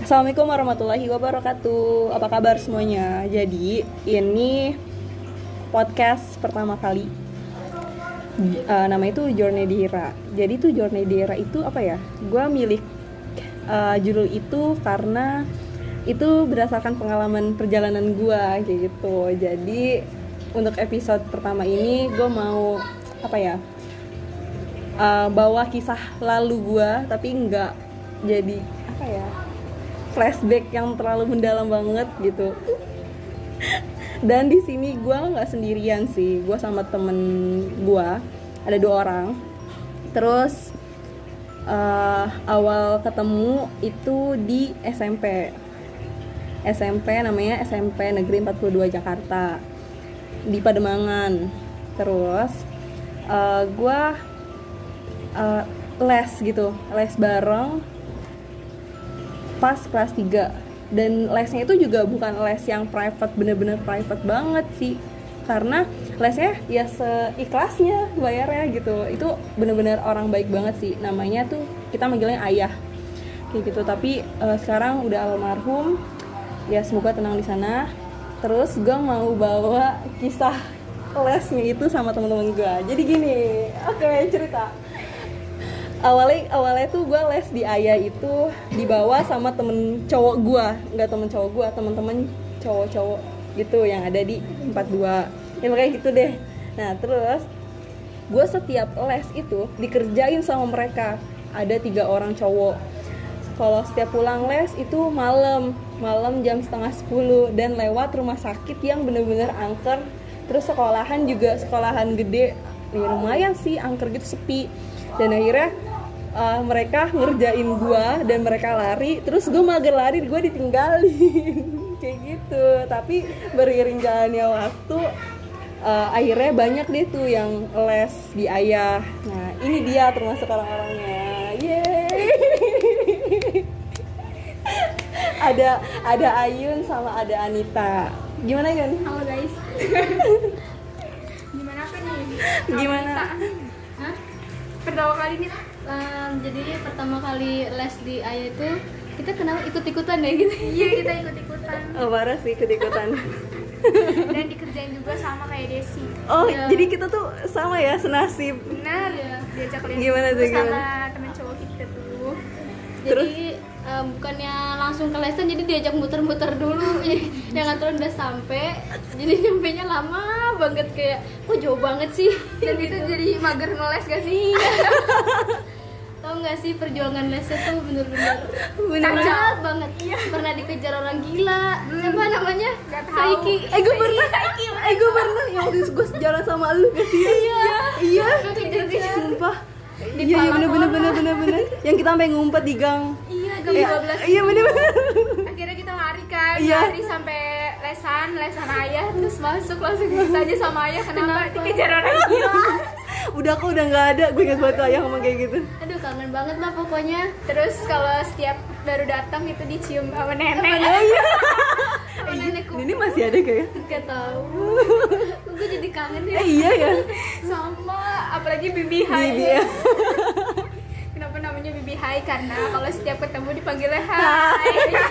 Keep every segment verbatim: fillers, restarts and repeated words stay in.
Assalamualaikum warahmatullahi wabarakatuh. Apa kabar semuanya? Jadi ini podcast pertama kali. Uh, nama itu Journey Dira. Jadi tuh Journey Dira itu apa ya? Gua milih uh, judul itu karena itu berdasarkan pengalaman perjalanan gua kayak gitu. Jadi untuk episode pertama ini gue mau apa ya? Uh, bawa kisah lalu gua, tapi enggak jadi apa ya? Flashback yang terlalu mendalam banget gitu. Dan di sini gue nggak sendirian sih, gue sama temen gue, ada dua orang. Terus uh, awal ketemu itu di S M P, S M P namanya S M P Negeri empat puluh dua Jakarta di Pademangan. Terus uh, gue uh, les gitu, les bareng pas kelas tiga, dan lesnya itu juga bukan les yang private, bener-bener private banget sih, karena lesnya ya seikhlasnya bayarnya gitu. Itu bener-bener orang baik banget sih, namanya tuh kita manggilnya ayah kayak gitu, tapi uh, sekarang udah almarhum ya, semoga tenang di sana. Terus gue mau bawa kisah lesnya itu sama teman-teman gue. Jadi gini, oke okay, cerita awalnya awalnya tuh gue les di Ayah itu dibawa sama temen cowok gue, nggak temen cowok gue, temen-temen cowok-cowok gitu yang ada di empat puluh dua ya, kayak gitu deh. Nah terus gue setiap les itu dikerjain sama mereka, ada tiga orang cowok. Kalau setiap pulang les itu malam malam jam setengah sepuluh, dan lewat rumah sakit yang bener-bener angker. Terus sekolahan juga sekolahan gede ya, lumayan sih angker gitu, sepi. Dan akhirnya uh, mereka ngerjain gue dan mereka lari, terus gue mager lari, gue ditinggalin kayak gitu. Tapi beriring jalannya waktu, uh, akhirnya banyak deh tuh yang les di Ayah. Nah ini dia termasuk orang-orangnya. Yeay. ada ada Ayun sama ada Anita. Gimana Yun? Halo guys. Gimana apa nih? Gimana? Hah? Pertama kali nih, um, jadi pertama kali les di Ayah itu kita kenapa ikut-ikutan ya gitu? Iya, kita ikut-ikutan. Oh parah sih ikut-ikutan. Dan dikerjain juga sama kayak Desi. Oh ya. Jadi kita tuh sama ya, senasib. Benar ya, diajak les Gimana tuh, sama gimana? temen cowok kita tuh. Terus? Jadi um, bukannya langsung ke lesan, jadi diajak muter-muter dulu. Yang aturan udah sampai, jadi nyampenya lama banget, kayak kok jauh banget sih. Dan itu jadi mager ngeles gak sih? Tau gak sih perjuangan lesnya tuh bener-bener kacau banget. Iya. Pernah dikejar orang gila. Hmm. Siapa namanya? Saiki. Eh gue pernah. Eh gue pernah yang waktu itu gue jalan sama lu gak sih? Iya. Iya. Dikejar. Sumpah. Di Iya, iya palang bener bener orang. bener bener bener. Yang kita sampai ngumpet di gang. Iya, jam Iya, dua belas. Iya bener bener. Akhirnya kita lari kan, Iya. lari sampai lesan, lesan Ayah, terus masuk langsung kita aja sama Ayah, kenapa dikejar orang gila. Udah kok udah nggak ada, gue ingat banget Ayah ngomong kayak gitu. Aduh kangen banget lah pokoknya. Terus kalau setiap baru datang itu dicium sama nenek. Oh iya. Sama nenekku. Ini masih ada kayaknya. Gak tau. Gue jadi kangen ya. Eh iya ya. Sama apalagi Bibi Hai. Bibi ya. Kenapa namanya Bibi Hai? Karena kalau setiap ketemu dipanggilnya Hai.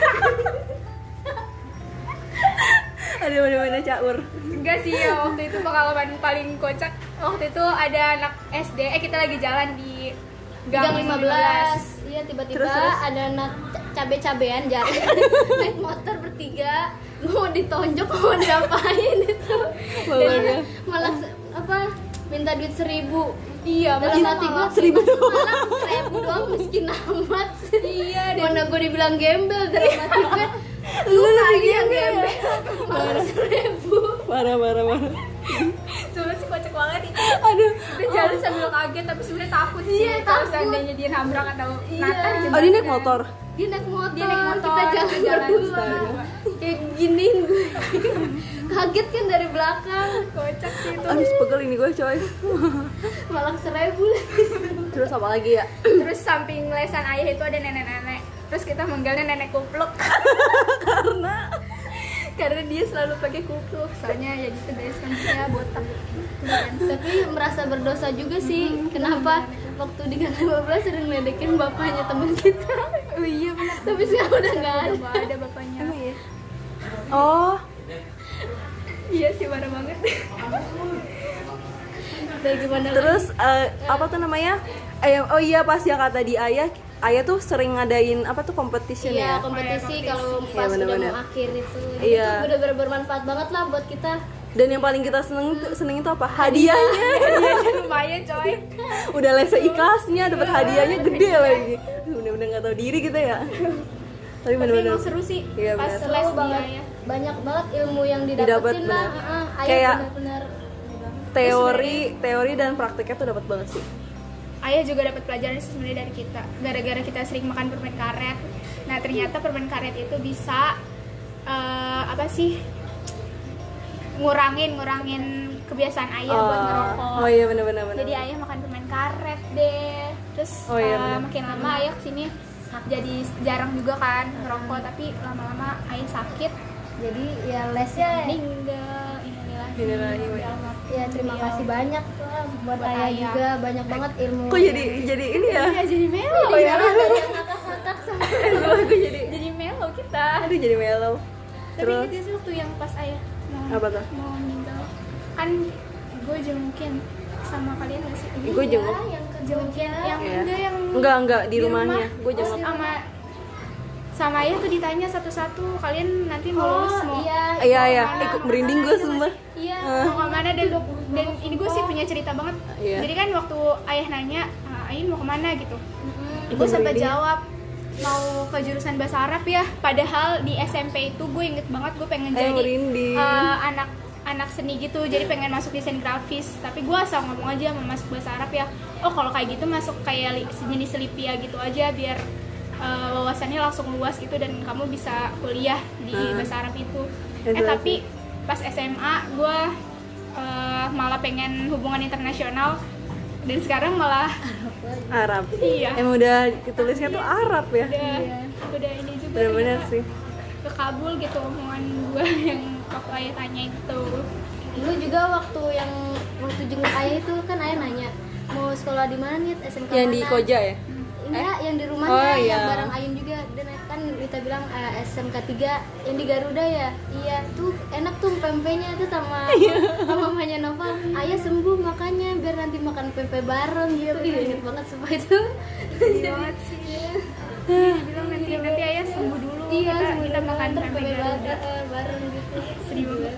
Aduh bener-bener caur. Enggak sih ya, waktu itu pengalaman paling kocak. Waktu itu ada anak S D, eh kita lagi jalan di gang lima belas. Iya, tiba-tiba Terus, terus? ada anak cabe-cabean jalan naik motor bertiga, mau ditonjok, mau diapain itu. Dan malah apa minta duit seribu. Iya, dalam hati gue seribu doang. malah seribu doang, miskin amat. Iya, mana gue dibilang gembel, dalam hati gue lu lagi yang gembel malah seribu. Parah parah parah. Sebenernya sih kocak banget itu. Aduh. Kita jalan sambil kaget, tapi sebenarnya takut sih. Iya, Kalau takut. seandainya dia nabrak atau Iya. natar Oh dia naik motor. Dia naik motor, Dia naik motor, kita jalan, kita jalan berdua. berdua. Kayak giniin gue. Kaget kan dari belakang. Kocak sih itu. Aduh sepegel ini gue coy. Malah seribu lagi. Terus apa lagi ya? Terus samping lesan Ayah itu ada nenek-nenek. Terus kita manggilnya nenek kupluk. Karena Karena dia selalu pakai kupluk. Soalnya ya gitu guys, kan dia botak. Tapi merasa berdosa juga sih. Kenapa waktu di gang lima belas sering ledekin bapaknya teman kita. Oh iya benar. Tapi sekarang udah nggak ada. Udah ada bapaknya. Emang iya? Oh, Iya sih parah banget. Kayak gimana lagi? terus eh, apa tuh namanya? Eh, oh iya pas yang kata di ayah, ayah tuh sering ngadain apa tuh competition Iya, ya? kompetisi Iya, kalau kompetisi. pas Iya, udah bener-bener. mau akhir itu. Jadi Iya. itu benar-benar bermanfaat banget lah buat kita. Dan yang paling kita seneng seneng itu apa? Hadiahnya. Lumayan coy. Udah lese ikhlasnya, dapat hadiahnya gede lagi. Bener-bener nggak tahu diri kita ya. Tapi Tapi bener-bener. emang seru sih. Iya, Pas bener. les Seru banget. dia ya. Banyak banget ilmu yang Didapat, didapetin lah. bener. Heeh, ayah Kayak- benar-benar Teori, teori dan prakteknya tuh dapat banget sih. Ayah juga dapat pelajaran sih sebenarnya dari kita. Gara-gara kita sering makan permen karet. Nah ternyata permen karet itu bisa eh, apa sih? Ngurangin, ngurangin kebiasaan ayah buat ngerokok. Oh iya bener-bener. bener. Jadi ayah makan permen karet deh. Terus Oh iya, eh, bener. makin lama ayah kesini jadi jarang juga kan ngerokok. Tapi lama-lama ayah sakit. jadi ya lesnya Meninggal. Inilah. Innalillahi wa inna ya terima kasih banyak lah buat, Buat ayah ayah. juga, banyak banget ilmu. Kok jadi jadi ini ya? Iya jadi melo Jadi ya. malah dari yang ngakak-ngakak sama Aku jadi Jadi melo kita. aduh jadi mellow. Tapi Terus inget gak sih waktu yang pas ayah mau, Apa tuh? mau meninggal kan gue jengukin sama kalian gak sih? Gue jenguk. Iya, yang ke Jengukin Jogja. yang Iya. enggak yang Enggak enggak di, di rumahnya. rumah. Gue jenguk. sama sama ayah tuh ditanya satu-satu kalian nanti mau Oh lulus mau iya. Iya iya, Mana? ikut merinding gue sumpah. Iya. Eh. mau kemana dan dan ini gue sih punya cerita banget. Iya. Jadi kan waktu ayah nanya, "Ah, Ain mau kemana gitu?" Mm-mm. Gue sempat merinding. jawab mau ke jurusan bahasa Arab ya. Padahal di S M P itu gue inget banget gue pengen Eh jadi merinding. uh, anak anak seni gitu, jadi pengen masuk desain grafis. Tapi gue asal ngomong aja mau masuk bahasa Arab ya. Oh kalau kayak gitu masuk kayak li- sejenis Lipia gitu aja biar uh, wawasannya langsung luas gitu dan kamu bisa kuliah di Hmm. bahasa Arab itu. Itu Eh tapi pas S M A gue uh, malah pengen hubungan internasional dan sekarang malah Arab. iya Emang udah ditulisnya tuh Arab ya. udah udah ini juga Bener-bener ternyata sih. kekabul gitu omongan gue yang waktu ayah tanya itu. Dulu juga waktu yang waktu jenguk ayah itu kan ayah nanya mau sekolah di mana nih, S M K Yang mana? di Koja ya? Enggak, yang di rumahnya, Oh, iya. yang bareng Ayun juga. Dan kan kita bilang eh, S M K tiga yang di Garuda ya. Iya, tuh enak tuh pempeknya tuh sama sama mamanya Nova. Ayah sembuh makanya biar nanti makan pempek bareng gitu. Ih, inget banget sumpah itu. Sedih banget sih. Dia bilang nanti nanti ayah sembuh dulu. Iya, kita, sembuh kita dulu, makan ntar pempek pempek Garuda. bareng, bareng gitu. Sedih banget.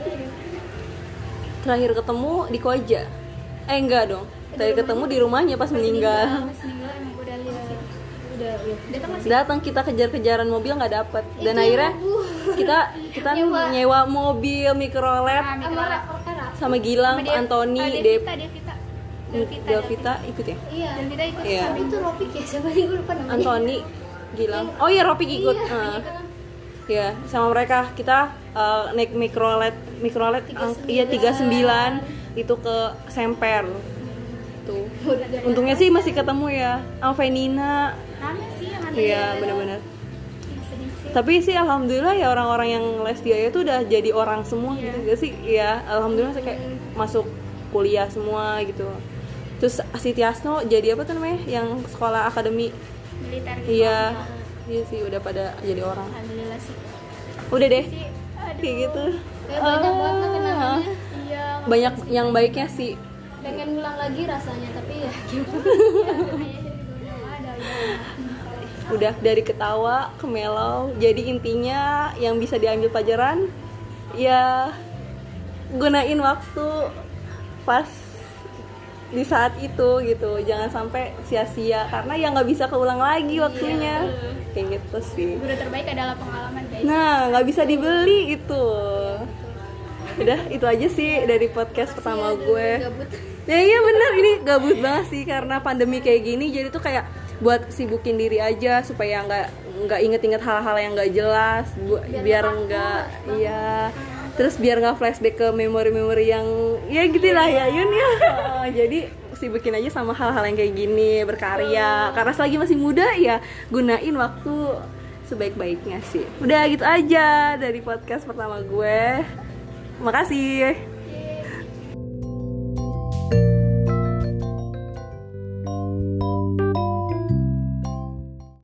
Terakhir ketemu di Koja. Eh enggak dong. Terakhir ketemu di rumahnya pas meninggal. Pas meninggal emang gue udah lihat sih. Udah, ya. Datang masih Datang kita kejar-kejaran mobil nggak dapet. Dan Itu akhirnya Bu. kita kita Nyewa. nyewa mobil mikrolet Ah, Sama mikrolet. Rakor sama Gilang, Sama Dev- Antoni, ah, Dep, Devita, Devita. Devita, Delvita ikut ya. Iya. Devita ikut Iya. Tapi itu Ropik ya, siapa nih gue lupa namanya. Antoni, Gilang. Oh iya Ropik ikut. Iya, Ah. ikut. Ya, sama mereka kita uh, naik mikrolet, mikrolet ang- iya tiga puluh sembilan itu ke Semper. Tuh. Untungnya sih masih ketemu ya. Alvenina. Rame sih yang ada. Iya, benar-benar. Ih, sedih sih. Tapi sih alhamdulillah ya orang-orang yang les di Ayah tuh udah jadi orang semua Iya. gitu gak sih? Iya, alhamdulillah saya kayak masuk kuliah semua gitu. Terus si Tiasno jadi apa tuh namanya? Yang sekolah akademi. Militer gitu. Iya. Iya sih udah pada jadi orang. Alhamdulillah sih. Udah deh. Sih, aduh. Kayak gitu. Kayak banyak banget lah kenangannya. Iya. Banyak yang baiknya sih. Pengen ngulang lagi rasanya tapi ya gimana. Ada ya. Udah dari ketawa ke melau. Jadi intinya yang bisa diambil pelajaran ya gunain waktu pas di saat itu gitu. Jangan sampai sia-sia karena ya nggak bisa keulang lagi waktunya. Kayak gitu sih. Guru terbaik adalah pengalaman guys. Nah, nggak bisa dibeli itu. Udah, itu aja sih dari podcast pertama gue. Gabut. Ya iya bener, ini gabut banget sih karena pandemi kayak gini. Jadi tuh kayak buat sibukin diri aja supaya nggak nggak inget-inget hal-hal yang nggak jelas. Bu- biar nggak, iya. Terus biar nggak flashback ke memori-memori yang ya gitulah ya Yun ya. Oh, jadi sibukin aja sama hal-hal yang kayak gini, berkarya. Karena selagi masih muda ya gunain waktu sebaik-baiknya sih. Udah gitu aja dari podcast pertama gue. Makasih.